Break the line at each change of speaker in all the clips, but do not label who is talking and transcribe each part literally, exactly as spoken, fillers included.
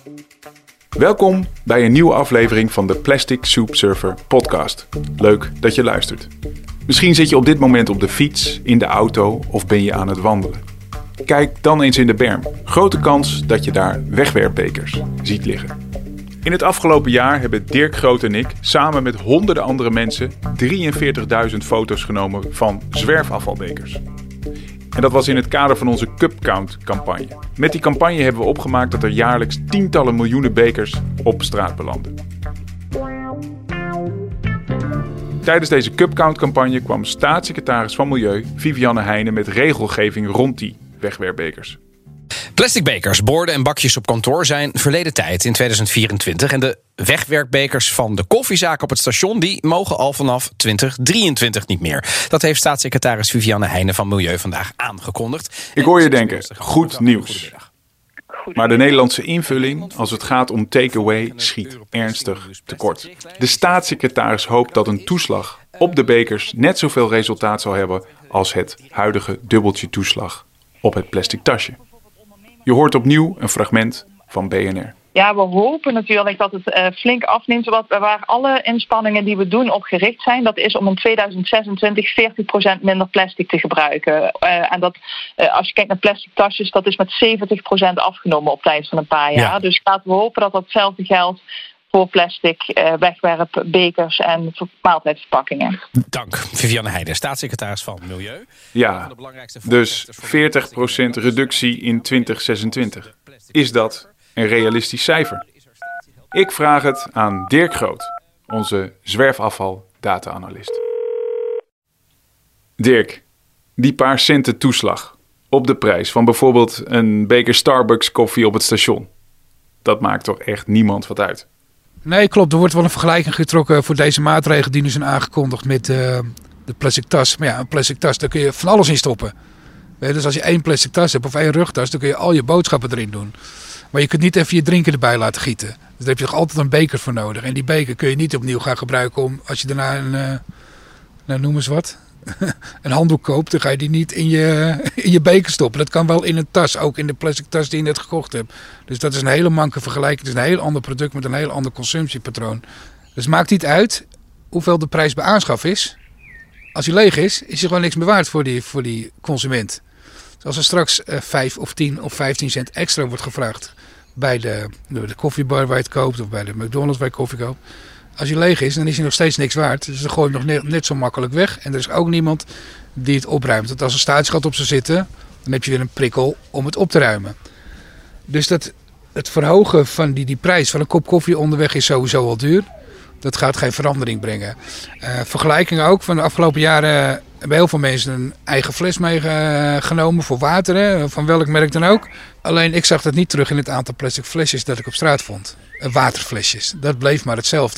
Welkom bij een nieuwe aflevering van de Plastic Soup Surfer podcast. Leuk dat je luistert. Misschien zit je op dit moment op de fiets, in de auto of ben je aan het wandelen. Kijk dan eens in de berm. Grote kans dat je daar wegwerpbekers ziet liggen. In het afgelopen jaar hebben Dirk Groot en ik samen met honderden andere mensen drieënveertigduizend foto's genomen van zwerfafvalbekers. En dat was in het kader van onze Cup Count campagne. Met die campagne hebben we opgemaakt dat er jaarlijks tientallen miljoenen bekers op straat belanden. Tijdens deze Cup Count campagne kwam staatssecretaris van Milieu Viviane Heijnen met regelgeving rond die wegwerpbekers.
Plastic bekers, borden en bakjes op kantoor zijn verleden tijd in tweeduizend vierentwintig. En de wegwerpbekers van de koffiezaak op het station die mogen al vanaf twintig drieëntwintig niet meer. Dat heeft staatssecretaris Viviane Heijnen van Milieu vandaag aangekondigd.
Ik hoor je denken, goed nieuws. Maar de Nederlandse invulling als het gaat om takeaway schiet ernstig tekort. De staatssecretaris hoopt dat een toeslag op de bekers net zoveel resultaat zal hebben als het huidige dubbeltje toeslag op het plastic tasje. Je hoort opnieuw een fragment van B N R.
Ja, we hopen natuurlijk dat het uh, flink afneemt. Wat, waar alle inspanningen die we doen op gericht zijn, dat is om in tweeduizend zesentwintig veertig procent minder plastic te gebruiken. Uh, en dat, uh, als je kijkt naar plastic tasjes, dat is met zeventig procent afgenomen op tijd van een paar jaar. Ja. Dus laten we hopen dat datzelfde geldt voor plastic, uh, wegwerpbekers en maaltijdverpakkingen.
Dank, Viviane Heijnen, staatssecretaris van Milieu.
Ja, dus veertig procent reductie in twintig zesentwintig. Is dat een realistisch cijfer? Ik vraag het aan Dirk Groot, onze zwerfafval data-analyst. Dirk, die paar centen toeslag op de prijs van bijvoorbeeld een beker Starbucks koffie op het station. Dat maakt toch echt niemand wat uit?
Nee, klopt. Er wordt wel een vergelijking getrokken voor deze maatregelen die nu zijn aangekondigd met uh, de plastic tas. Maar ja, een plastic tas, daar kun je van alles in stoppen. Dus als je één plastic tas hebt of één rugtas, dan kun je al je boodschappen erin doen. Maar je kunt niet even je drinken erbij laten gieten. Dus daar heb je toch altijd een beker voor nodig. En die beker kun je niet opnieuw gaan gebruiken om, als je daarna een, uh, nou noem eens wat, een handdoek koopt, dan ga je die niet in je, in je beker stoppen. Dat kan wel in een tas, ook in de plastic tas die je net gekocht hebt. Dus dat is een hele manke vergelijking. Het is een heel ander product met een heel ander consumptiepatroon. Dus het maakt niet uit hoeveel de prijs bij aanschaf is. Als hij leeg is, is hij gewoon niks meer waard voor die, voor die consument. Dus als er straks uh, vijf of tien of vijftien cent extra wordt gevraagd bij de, de koffiebar waar je het koopt of bij de McDonald's waar je koffie koopt. Als hij leeg is, dan is hij nog steeds niks waard. Dus dan gooi je hem nog net, net zo makkelijk weg. En er is ook niemand die het opruimt. Want als er statiegeld op zou zitten, dan heb je weer een prikkel om het op te ruimen. Dus dat, het verhogen van die, die prijs van een kop koffie onderweg is sowieso al duur. Dat gaat geen verandering brengen. Uh, vergelijkingen ook. Van de afgelopen jaren hebben heel veel mensen een eigen fles meegenomen voor water. Hè, van welk merk dan ook. Alleen ik zag dat niet terug in het aantal plastic flesjes dat ik op straat vond. Uh, waterflesjes. Dat bleef maar hetzelfde.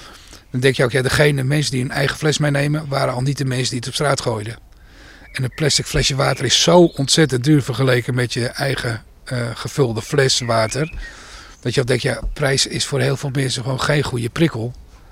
Dan denk je ook, ja, degene mensen die een eigen fles meenemen, waren al niet de mensen die het op straat gooiden. En een plastic flesje water is zo ontzettend duur vergeleken met je eigen uh, gevulde fles water. Dat je al denkt, ja, prijs is voor heel veel mensen gewoon geen goede prikkel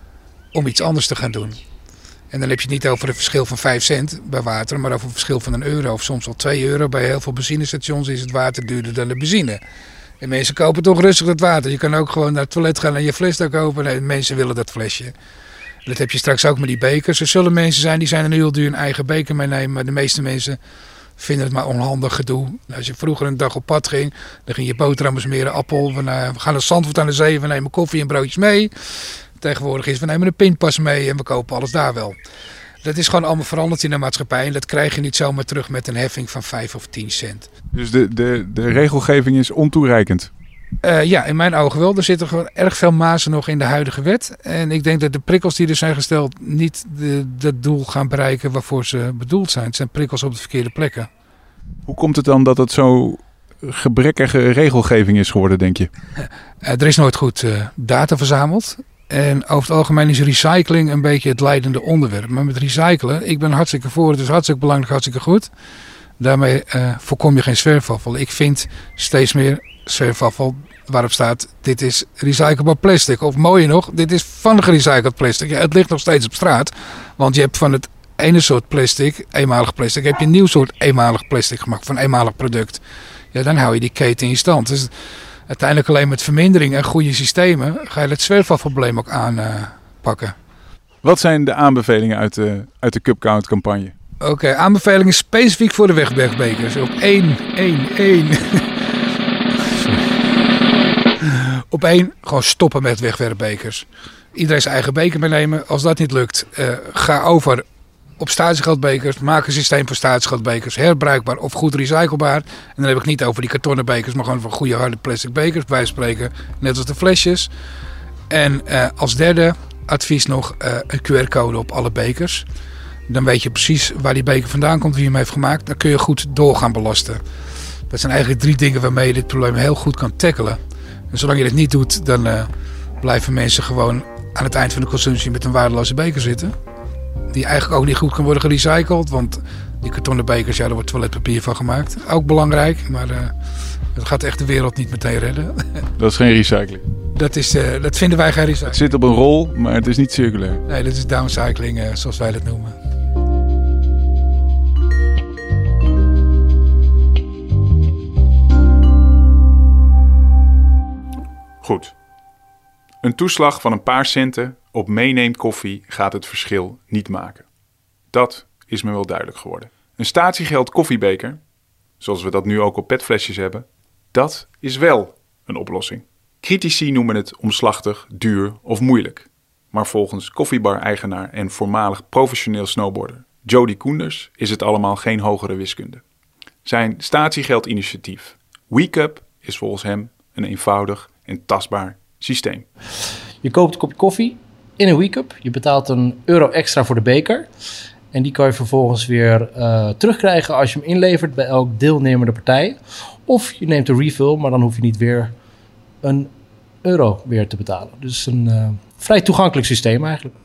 om iets anders te gaan doen. En dan heb je het niet over een verschil van vijf cent bij water, maar over een verschil van een euro of soms wel twee euro. Bij heel veel benzinestations is het water duurder dan de benzine. En mensen kopen toch rustig dat water. Je kan ook gewoon naar het toilet gaan en je fles daar kopen. En mensen willen dat flesje. Dat heb je straks ook met die bekers. Er zullen mensen zijn die zijn er nu al duur een eigen beker meenemen. Maar de meeste mensen vinden het maar onhandig gedoe. Als je vroeger een dag op pad ging, dan ging je boterhammen smeren, appel. We, uh, we gaan naar Zandvoort aan de zee, we nemen koffie en broodjes mee. Tegenwoordig is, we nemen een pinpas mee en we kopen alles daar wel. Dat is gewoon allemaal veranderd in de maatschappij. En dat krijg je niet zomaar terug met een heffing van vijf of tien cent.
Dus de, de, de regelgeving is ontoereikend?
Uh, ja, in mijn ogen wel. Er zitten gewoon erg veel mazen nog in de huidige wet. En ik denk dat de prikkels die er zijn gesteld niet het doel gaan bereiken waarvoor ze bedoeld zijn. Het zijn prikkels op de verkeerde plekken.
Hoe komt het dan dat het zo gebrekkige regelgeving is geworden, denk je?
Uh, er is nooit goed uh, data verzameld. En over het algemeen is recycling een beetje het leidende onderwerp. Maar met recyclen, ik ben hartstikke voor. Het is hartstikke belangrijk, hartstikke goed. Daarmee uh, voorkom je geen zwerfafval. Ik vind steeds meer zwerfafval waarop staat, dit is recyclebaar plastic. Of mooier nog, dit is van gerecycled plastic. Ja, het ligt nog steeds op straat. Want je hebt van het ene soort plastic, eenmalig plastic, heb je een nieuw soort eenmalig plastic gemaakt. Van een eenmalig product. Ja, dan hou je die keten in stand. Dus uiteindelijk alleen met vermindering en goede systemen ga je het zwerfafvalprobleem ook aanpakken. Uh,
Wat zijn de aanbevelingen uit de, uit de Cup Count campagne?
Oké, okay, aanbevelingen specifiek voor de wegbergbekers. Op één, één, één. Op één, gewoon stoppen met wegwerpbekers. Iedereen zijn eigen beker meenemen. Als dat niet lukt, uh, ga over op statiegeldbekers. Maak een systeem voor statiegeldbekers. Herbruikbaar of goed recyclebaar. En dan heb ik niet over die kartonnen bekers, maar gewoon voor goede harde plastic bekers. Bij spreken, net als de flesjes. En uh, als derde advies nog uh, een Q R-code op alle bekers. Dan weet je precies waar die beker vandaan komt, wie hem heeft gemaakt. Dan kun je goed door gaan belasten. Dat zijn eigenlijk drie dingen waarmee je dit probleem heel goed kan tackelen. En zolang je dit niet doet, dan uh, blijven mensen gewoon aan het eind van de consumptie met een waardeloze beker zitten. Die eigenlijk ook niet goed kan worden gerecycled. Want die kartonnen bekers, ja, daar wordt toiletpapier van gemaakt. Ook belangrijk, maar uh, dat gaat echt de wereld niet meteen redden.
Dat is geen recycling.
Dat, is, uh, dat vinden wij geen recycling.
Het zit op een rol, maar het is niet circulair.
Nee, dat is downcycling, uh, zoals wij dat noemen.
Goed. Een toeslag van een paar centen op meeneemt koffie gaat het verschil niet maken. Dat is me wel duidelijk geworden. Een statiegeld koffiebeker, zoals we dat nu ook op petflesjes hebben, dat is wel een oplossing. Critici noemen het omslachtig, duur of moeilijk. Maar volgens koffiebar-eigenaar en voormalig professioneel snowboarder Jody Koenders is het allemaal geen hogere wiskunde. Zijn statiegeldinitiatief WeCup is volgens hem een eenvoudig en tastbaar systeem.
Je koopt een kopje koffie in een WeCup. Je betaalt een euro extra voor de beker. En die kan je vervolgens weer uh, terugkrijgen als je hem inlevert bij elk deelnemende partij. Of je neemt een refill, maar dan hoef je niet weer een euro weer te betalen. Dus een uh, vrij toegankelijk systeem eigenlijk.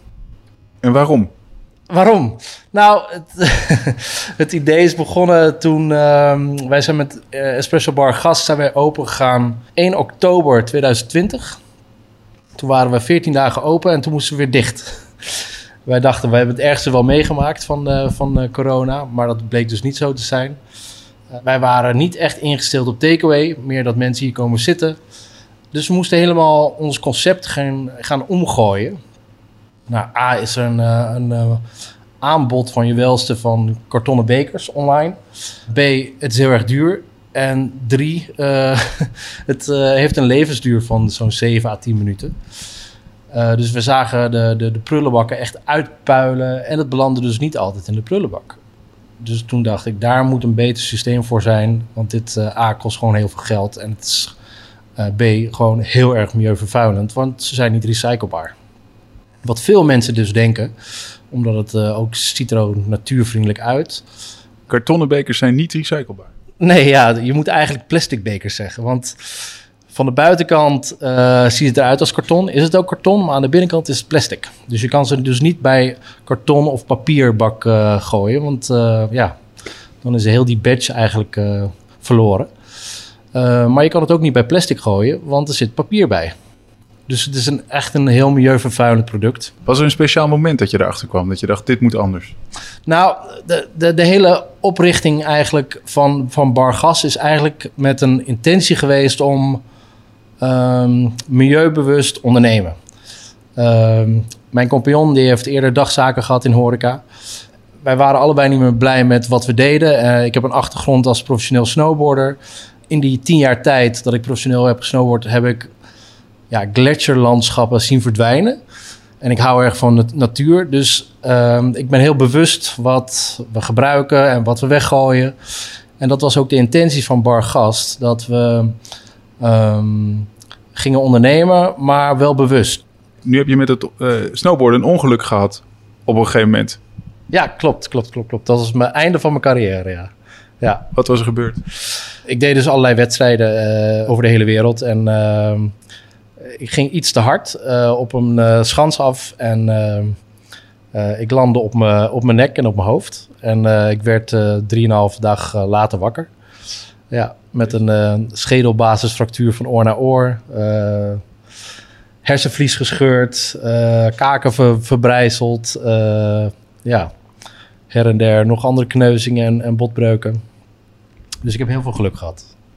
En waarom?
Waarom? Nou, het, het idee is begonnen toen uh, wij zijn met uh, Espresso Bar Gast zijn wij open gegaan één oktober tweeduizend twintig. Toen waren we veertien dagen open en toen moesten we weer dicht. Wij dachten, wij hebben het ergste wel meegemaakt van, uh, van uh, corona, maar dat bleek dus niet zo te zijn. Uh, wij waren niet echt ingesteld op takeaway, meer dat mensen hier komen zitten. Dus we moesten helemaal ons concept gaan, gaan omgooien. Nou, A is er een, een, een aanbod van je welste van kartonnen bekers online. B, het is heel erg duur. En drie, uh, het uh, heeft een levensduur van zo'n zeven à tien minuten. Uh, dus we zagen de, de, de prullenbakken echt uitpuilen. En het belandde dus niet altijd in de prullenbak. Dus toen dacht ik, daar moet een beter systeem voor zijn. Want dit uh, A kost gewoon heel veel geld. En het is uh, B gewoon heel erg milieuvervuilend. Want ze zijn niet recyclebaar. Wat veel mensen dus denken, omdat het uh, ook ziet er ook natuurvriendelijk uit.
Kartonnen bekers zijn niet recyclebaar.
Nee, ja, je moet eigenlijk plastic bekers zeggen. Want van de buitenkant uh, ziet het eruit als karton. Is het ook karton, maar aan de binnenkant is het plastic. Dus je kan ze dus niet bij karton of papierbak uh, gooien. Want uh, ja, dan is heel die badge eigenlijk uh, verloren. Uh, maar je kan het ook niet bij plastic gooien, want er zit papier bij. Dus het is een, echt een heel milieuvervuilend product.
Was er een speciaal moment dat je erachter kwam? Dat je dacht, dit moet anders?
Nou, de, de, de hele oprichting eigenlijk van, van Bar Gas is eigenlijk met een intentie geweest om um, milieubewust ondernemen. Um, mijn compagnon die heeft eerder dagzaken gehad in horeca. Wij waren allebei niet meer blij met wat we deden. Uh, ik heb een achtergrond als professioneel snowboarder. In die tien jaar tijd dat ik professioneel heb gesnowboard, heb ik ja, gletsjerlandschappen zien verdwijnen. En ik hou erg van de natuur. Dus um, ik ben heel bewust wat we gebruiken en wat we weggooien. En dat was ook de intentie van Bar Gast. Dat we um, gingen ondernemen, maar wel bewust.
Nu heb je met het uh, snowboarden een ongeluk gehad op een gegeven moment.
Ja, klopt, klopt, klopt, klopt. Dat was mijn einde van mijn carrière, ja. ja.
Wat was er gebeurd?
Ik deed dus allerlei wedstrijden uh, over de hele wereld. En uh, ik ging iets te hard uh, op een uh, schans af. En uh, uh, ik landde op mijn op mijn nek en op mijn hoofd. En uh, ik werd uh, drieënhalve dag uh, later wakker. Ja, met een uh, schedelbasisfractuur van oor naar oor. Uh, hersenvlies gescheurd. Uh, kaken ver, verbrijzeld. Uh, ja, her en der nog andere kneuzingen en, en botbreuken. Dus ik heb heel veel geluk gehad.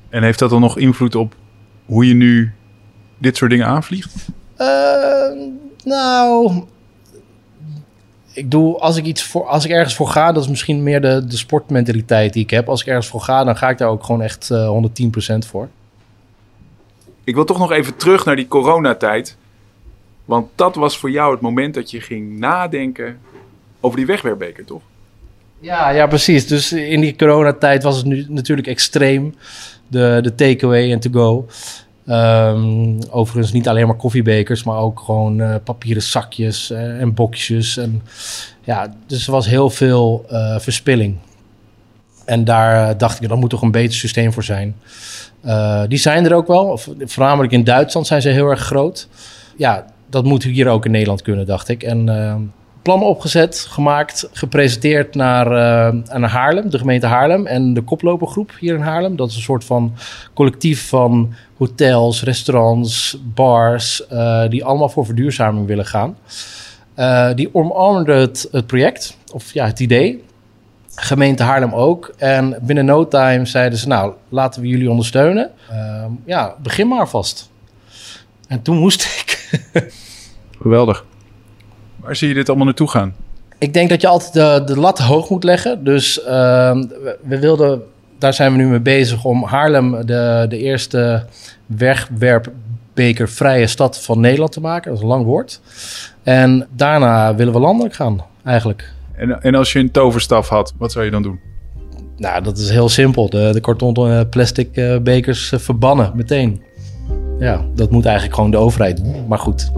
En heeft dat dan nog invloed op hoe je nu dit soort dingen aanvliegt?
Uh, nou, ik doe als ik iets voor, als ik ergens voor ga, dat is misschien meer de, de sportmentaliteit die ik heb. Als ik ergens voor ga, dan ga ik daar ook gewoon echt uh, honderdtien procent voor.
Ik wil toch nog even terug naar die coronatijd. Want dat was voor jou het moment dat je ging nadenken over die wegwerpbeker, toch?
Ja, ja, precies. Dus in die coronatijd was het nu natuurlijk extreem. De, de takeaway en to-go. Um, overigens niet alleen maar koffiebekers, maar ook gewoon uh, papieren zakjes uh, en bokjes. En, ja, dus er was heel veel uh, verspilling. En daar uh, dacht ik, er moet toch een beter systeem voor zijn. Uh, die zijn er ook wel. Of, voornamelijk in Duitsland zijn ze heel erg groot. Ja, dat moet hier ook in Nederland kunnen, dacht ik. En uh, plannen opgezet, gemaakt, gepresenteerd naar, uh, naar Haarlem, de gemeente Haarlem en de koplopergroep hier in Haarlem. Dat is een soort van collectief van hotels, restaurants, bars, uh, die allemaal voor verduurzaming willen gaan. Uh, die omarmden het, het project, of ja, het idee. Gemeente Haarlem ook. En binnen no time zeiden ze, nou, laten we jullie ondersteunen. Uh, ja, begin maar vast. En toen moest ik.
Geweldig. Waar zie je dit allemaal naartoe gaan?
Ik denk dat je altijd de, de lat hoog moet leggen. Dus uh, we, we wilden, daar zijn we nu mee bezig om Haarlem de, de eerste wegwerpbekervrije stad van Nederland te maken. Dat is een lang woord. En daarna willen we landelijk gaan, eigenlijk.
En, en als je een toverstaf had, wat zou je dan doen?
Nou, dat is heel simpel. De, de karton plastic uh, bekers uh, verbannen, meteen. Ja, dat moet eigenlijk gewoon de overheid doen. Maar goed.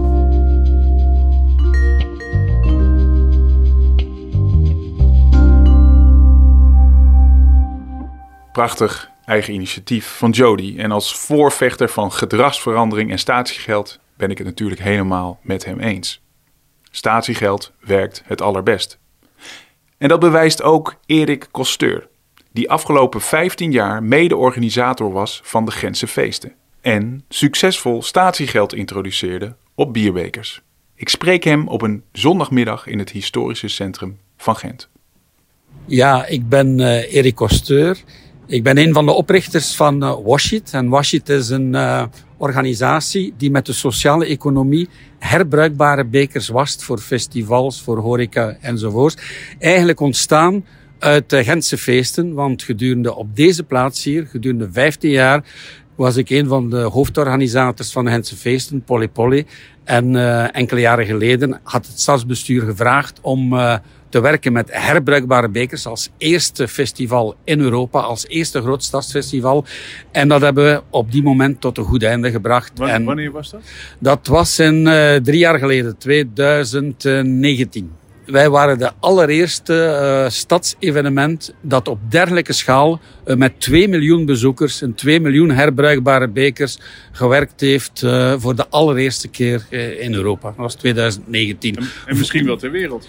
Prachtig eigen initiatief van Jody. En als voorvechter van gedragsverandering en statiegeld ben ik het natuurlijk helemaal met hem eens. Statiegeld werkt het allerbest. En dat bewijst ook Erik Kosteur, die afgelopen vijftien jaar mede-organisator was van de Gentse feesten. En succesvol statiegeld introduceerde op bierbekers. Ik spreek hem op een zondagmiddag in het historische centrum van Gent.
Ja, ik ben uh, Erik Kosteur. Ik ben een van de oprichters van uh, Washit. En Washit is een uh, organisatie die met de sociale economie herbruikbare bekers wast voor festivals, voor horeca enzovoort. Eigenlijk ontstaan uit de Gentse feesten, want gedurende op deze plaats hier, gedurende vijftien jaar, was ik een van de hoofdorganisators van de Gentse feesten, Polly Polly. En uh, enkele jaren geleden had het stadsbestuur gevraagd om uh, te werken met herbruikbare bekers als eerste festival in Europa, als eerste groot stadsfestival. En dat hebben we op die moment tot een goed einde gebracht.
Wanneer,
en
wanneer was dat?
Dat was in uh, drie jaar geleden, twintig negentien. Wij waren de allereerste uh, stadsevenement dat op dergelijke schaal uh, met twee miljoen bezoekers en twee miljoen herbruikbare bekers gewerkt heeft uh, voor de allereerste keer uh, in Europa. Dat was twintig negentien.
En, en misschien wel ter wereld.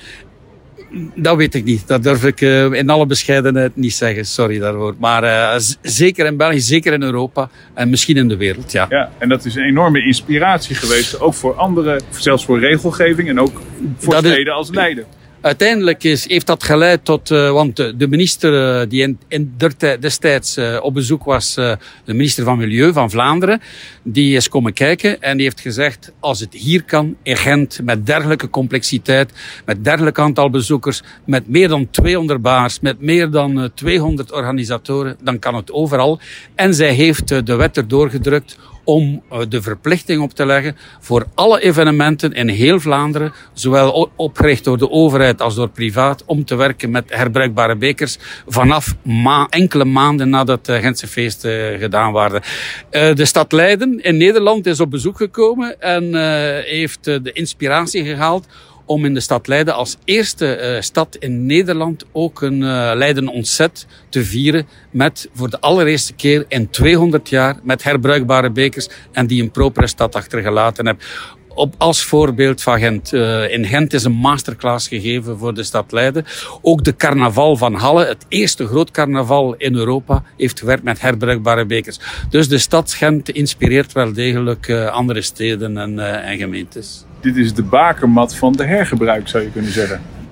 Dat weet ik niet. Dat durf ik uh, in alle bescheidenheid niet zeggen. Sorry daarvoor. Maar uh, z- zeker in België, zeker in Europa en misschien in de wereld, ja.
Ja, en dat is een enorme inspiratie geweest. Ook voor anderen, zelfs voor regelgeving en ook voor
dat
steden
is,
als Leiden.
Uiteindelijk is, heeft dat geleid tot, uh, want de, de minister uh, die in, in der, destijds uh, op bezoek was, uh, de minister van Milieu van Vlaanderen, die is komen kijken en die heeft gezegd, als het hier kan in Gent, met dergelijke complexiteit, met dergelijk aantal bezoekers, met meer dan tweehonderd bars, met meer dan uh, tweehonderd organisatoren, dan kan het overal. En zij heeft uh, de wet erdoor gedrukt om de verplichting op te leggen voor alle evenementen in heel Vlaanderen, zowel opgericht door de overheid als door privaat, om te werken met herbruikbare bekers vanaf ma- enkele maanden nadat de Gentse feesten gedaan waren. Uh, de stad Leiden in Nederland is op bezoek gekomen en uh, heeft uh, de inspiratie gehaald om in de stad Leiden als eerste uh, stad in Nederland ook een uh, Leiden Ontzet te vieren met voor de allereerste keer in tweehonderd jaar met herbruikbare bekers en die een propere stad achtergelaten heeft. Op, als voorbeeld van Gent. Uh, in Gent is een masterclass gegeven voor de stad Leiden. Ook de carnaval van Halle, het eerste groot carnaval in Europa, heeft gewerkt met herbruikbare bekers. Dus de stad Gent inspireert wel degelijk uh, andere steden en, uh, en gemeentes.
Dit is de bakermat van de hergebruik, zou je kunnen zeggen.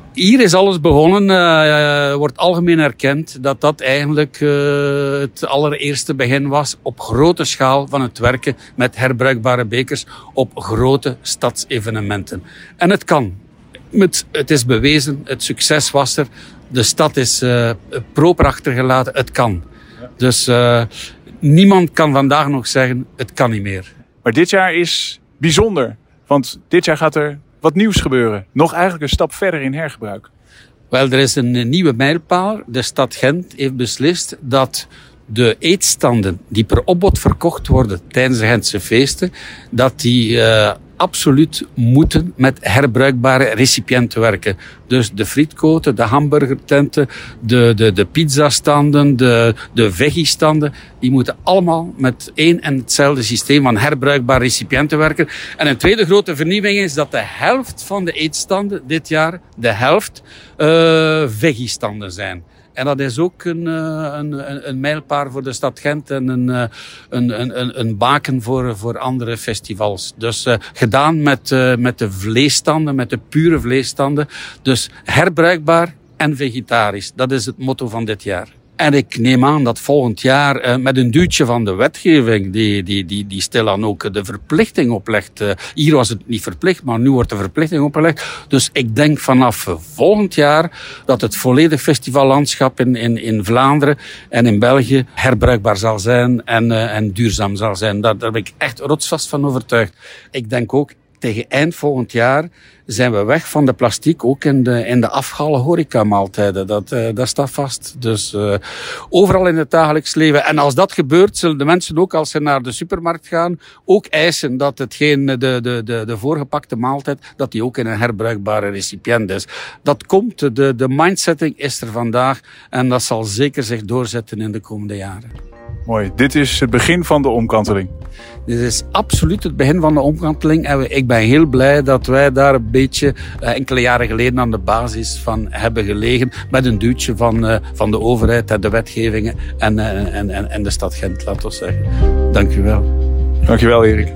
Hier is alles begonnen, uh, wordt algemeen erkend dat dat eigenlijk uh, het allereerste begin was op grote schaal van het werken met herbruikbare bekers op grote stadsevenementen. En het kan. Het, het is bewezen, het succes was er, de stad is uh, proper achtergelaten, het kan. Dus uh, niemand kan vandaag nog zeggen, het kan niet meer.
Maar dit jaar is bijzonder, want dit jaar gaat er wat nieuws gebeuren. Nog eigenlijk een stap verder in hergebruik.
Wel, er is een nieuwe mijlpaal. De stad Gent heeft beslist dat de eetstanden die per opbod verkocht worden tijdens de Gentse feesten, dat die uh, absoluut moeten met herbruikbare recipiënten werken. Dus de frietkoten, de hamburgertenten, de, de, de pizzastanden, de, de veggiestanden, die moeten allemaal met één en hetzelfde systeem van herbruikbare recipiënten werken. En een tweede grote vernieuwing is dat de helft van de eetstanden dit jaar, de helft, uh, veggiestanden zijn. En dat is ook een, een, een mijlpaal voor de stad Gent en een, een, een, een baken voor, voor andere festivals. Dus uh, gedaan met, uh, met de vleesstanden, met de pure vleesstanden. Dus herbruikbaar en vegetarisch. Dat is het motto van dit jaar. En ik neem aan dat volgend jaar uh, met een duwtje van de wetgeving die, die, die, die stilaan ook de verplichting oplegt. Uh, hier was het niet verplicht, maar nu wordt de verplichting opgelegd. Dus ik denk vanaf uh, volgend jaar dat het volledig festivallandschap in, in, in Vlaanderen en in België herbruikbaar zal zijn en, uh, en duurzaam zal zijn. Daar, daar ben ik echt rotsvast van overtuigd. Ik denk ook tegen eind volgend jaar zijn we weg van de plastic, ook in de, in de afgehalte horecamaaltijden. Dat, uh, dat staat vast. Dus uh, overal in het dagelijks leven. En als dat gebeurt, zullen de mensen ook, als ze naar de supermarkt gaan, ook eisen dat hetgeen de, de, de, de voorgepakte maaltijd, dat die ook in een herbruikbare recipiënt is. Dat komt, de, de mindsetting is er vandaag en dat zal zeker zich doorzetten in de komende jaren.
Mooi, dit is het begin van de omkanteling.
Dit is absoluut het begin van de omkanteling. En ik ben heel blij dat wij daar een beetje uh, enkele jaren geleden aan de basis van hebben gelegen. Met een duwtje van, uh, van de overheid en de wetgevingen en, uh, en, en, en de stad Gent, laten we zeggen. Dank u wel.
Dank je wel, Erik.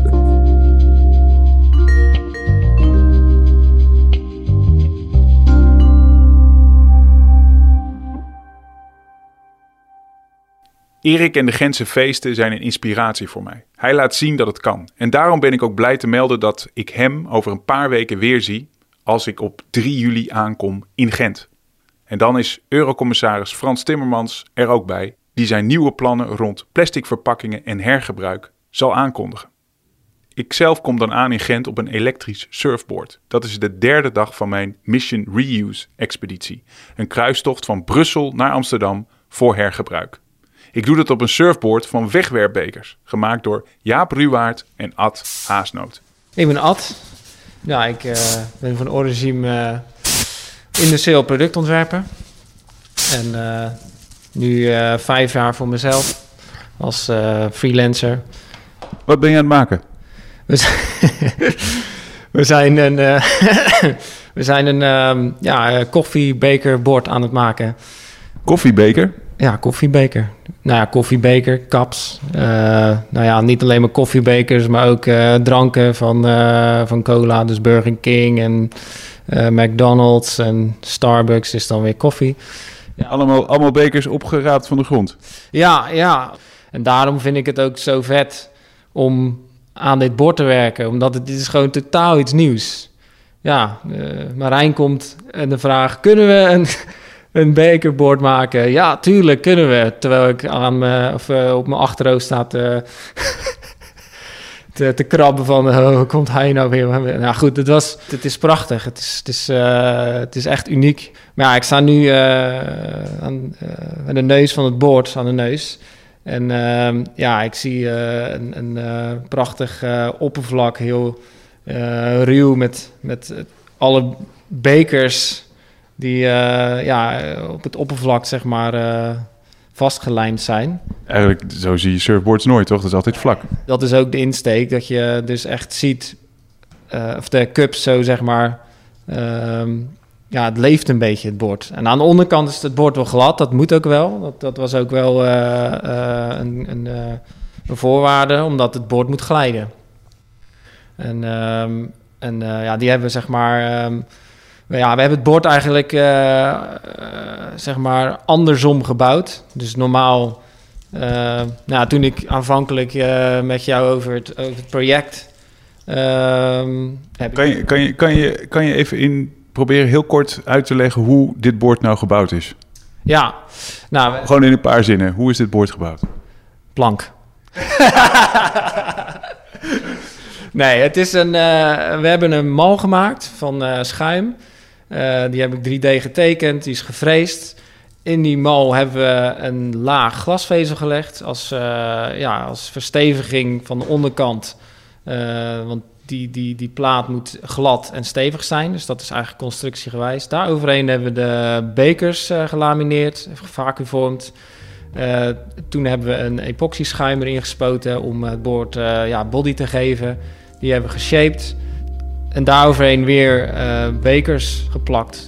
Erik en de Gentse feesten zijn een inspiratie voor mij. Hij laat zien dat het kan. En daarom ben ik ook blij te melden dat ik hem over een paar weken weer zie als ik op drie juli aankom in Gent. En dan is Eurocommissaris Frans Timmermans er ook bij, die zijn nieuwe plannen rond plastic verpakkingen en hergebruik zal aankondigen. Ik zelf kom dan aan in Gent op een elektrisch surfboard. Dat is de derde dag van mijn Mission Reuse expeditie. Een kruistocht van Brussel naar Amsterdam voor hergebruik. Ik doe dat op een surfboard van wegwerpbekers, gemaakt door Jaap Ruwaard en Ad Haasnoot.
Ik ben Ad. Ja, ik uh, ben van origine uh, industrieel productontwerper. En uh, nu uh, vijf jaar voor mezelf als uh, freelancer.
Wat ben je aan het maken?
We zijn, we zijn een, uh, we zijn een um, ja, koffiebekerbord aan het maken.
Koffiebeker?
Ja, koffiebeker. Nou ja, koffiebeker, caps. Uh, nou ja, niet alleen maar koffiebekers, maar ook uh, dranken van, uh, van cola. Dus Burger King en uh, McDonald's en Starbucks is dan weer koffie.
Ja. Allemaal, allemaal bekers opgeraapt van de grond?
Ja, ja. En daarom vind ik het ook zo vet om aan dit bord te werken. Omdat het dit is gewoon totaal iets nieuws. Ja, uh, Marijn komt en de vraag, kunnen we een... een bekerbord maken? Ja, tuurlijk kunnen we. Terwijl ik aan me, of, uh, op mijn achterhoofd sta te, te, te krabben van... Oh, hoe komt hij nou weer? Nou goed, het, was, het is prachtig. Het is, het, is, uh, het is echt uniek. Maar ja, ik sta nu uh, aan uh, aan de neus van het bord, aan de neus. En uh, ja, ik zie uh, een, een uh, prachtig uh, oppervlak, heel uh, ruw met, met alle bekers... die uh, ja, op het oppervlak, zeg maar, uh, vastgelijmd zijn.
Eigenlijk, zo zie je surfboards nooit, toch? Dat is altijd vlak.
Dat is ook de insteek, dat je dus echt ziet... Uh, of de cups zo, zeg maar... Um, ja, het leeft een beetje, het bord. En aan de onderkant is het bord wel glad, dat moet ook wel. Dat, dat was ook wel uh, uh, een, een, uh, een voorwaarde, omdat het bord moet glijden. En, um, en uh, ja, die hebben we, zeg maar... Um, Ja, we hebben het bord eigenlijk uh, uh, zeg maar andersom gebouwd. Dus normaal, uh, nou, toen ik aanvankelijk uh, met jou over het, over het project... Uh, heb
kan, je, kan, je, kan, je, kan je even in proberen heel kort uit te leggen hoe dit bord nou gebouwd is?
Ja. Nou, we...
Gewoon in een paar zinnen. Hoe is dit bord gebouwd?
Plank. Nee, het is een, uh, we hebben een mal gemaakt van uh, schuim. Uh, die heb ik drie D getekend, die is gevreesd. In die mal hebben we een laag glasvezel gelegd als, uh, ja, als versteviging van de onderkant. Uh, want die, die, die plaat moet glad en stevig zijn, dus dat is eigenlijk constructiegewijs. Daaroverheen hebben we de bekers uh, gelamineerd, gevacuumvormd. Uh, toen hebben we een epoxy-schuim erin gespoten om het bord uh, ja, body te geven. Die hebben we geshaped. En daaroverheen weer uh, bekers geplakt.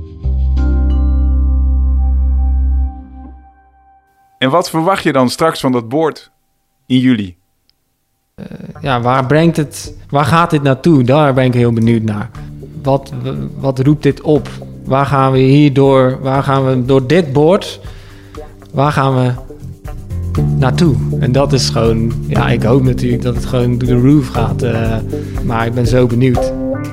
En wat verwacht je dan straks van dat bord in juli?
Uh, ja, waar brengt het, waar gaat dit naartoe? Daar ben ik heel benieuwd naar. Wat, wat roept dit op? Waar gaan we hierdoor, waar gaan we door dit bord, waar gaan we naartoe? En dat is gewoon, ja, ik hoop natuurlijk dat het gewoon door de roof gaat. Uh, maar ik ben zo benieuwd.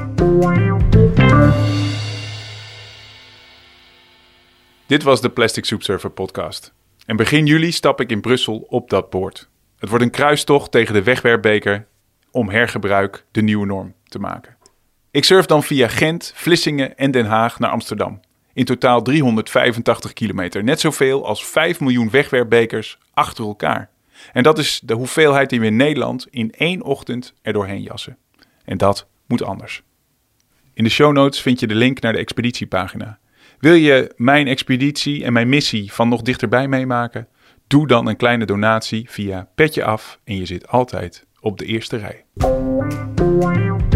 Dit was de Plastic Soup Surfer podcast. En begin juli stap ik in Brussel op dat bord. Het wordt een kruistocht tegen de wegwerpbeker om hergebruik de nieuwe norm te maken. Ik surf dan via Gent, Vlissingen en Den Haag naar Amsterdam. In totaal driehonderdvijfentachtig kilometer, net zoveel als vijf miljoen wegwerpbekers achter elkaar. En dat is de hoeveelheid die we in Nederland in één ochtend er doorheen jassen. En dat moet anders. In de show notes vind je de link naar de expeditiepagina. Wil je mijn expeditie en mijn missie van nog dichterbij meemaken? Doe dan een kleine donatie via Petje Af en je zit altijd op de eerste rij.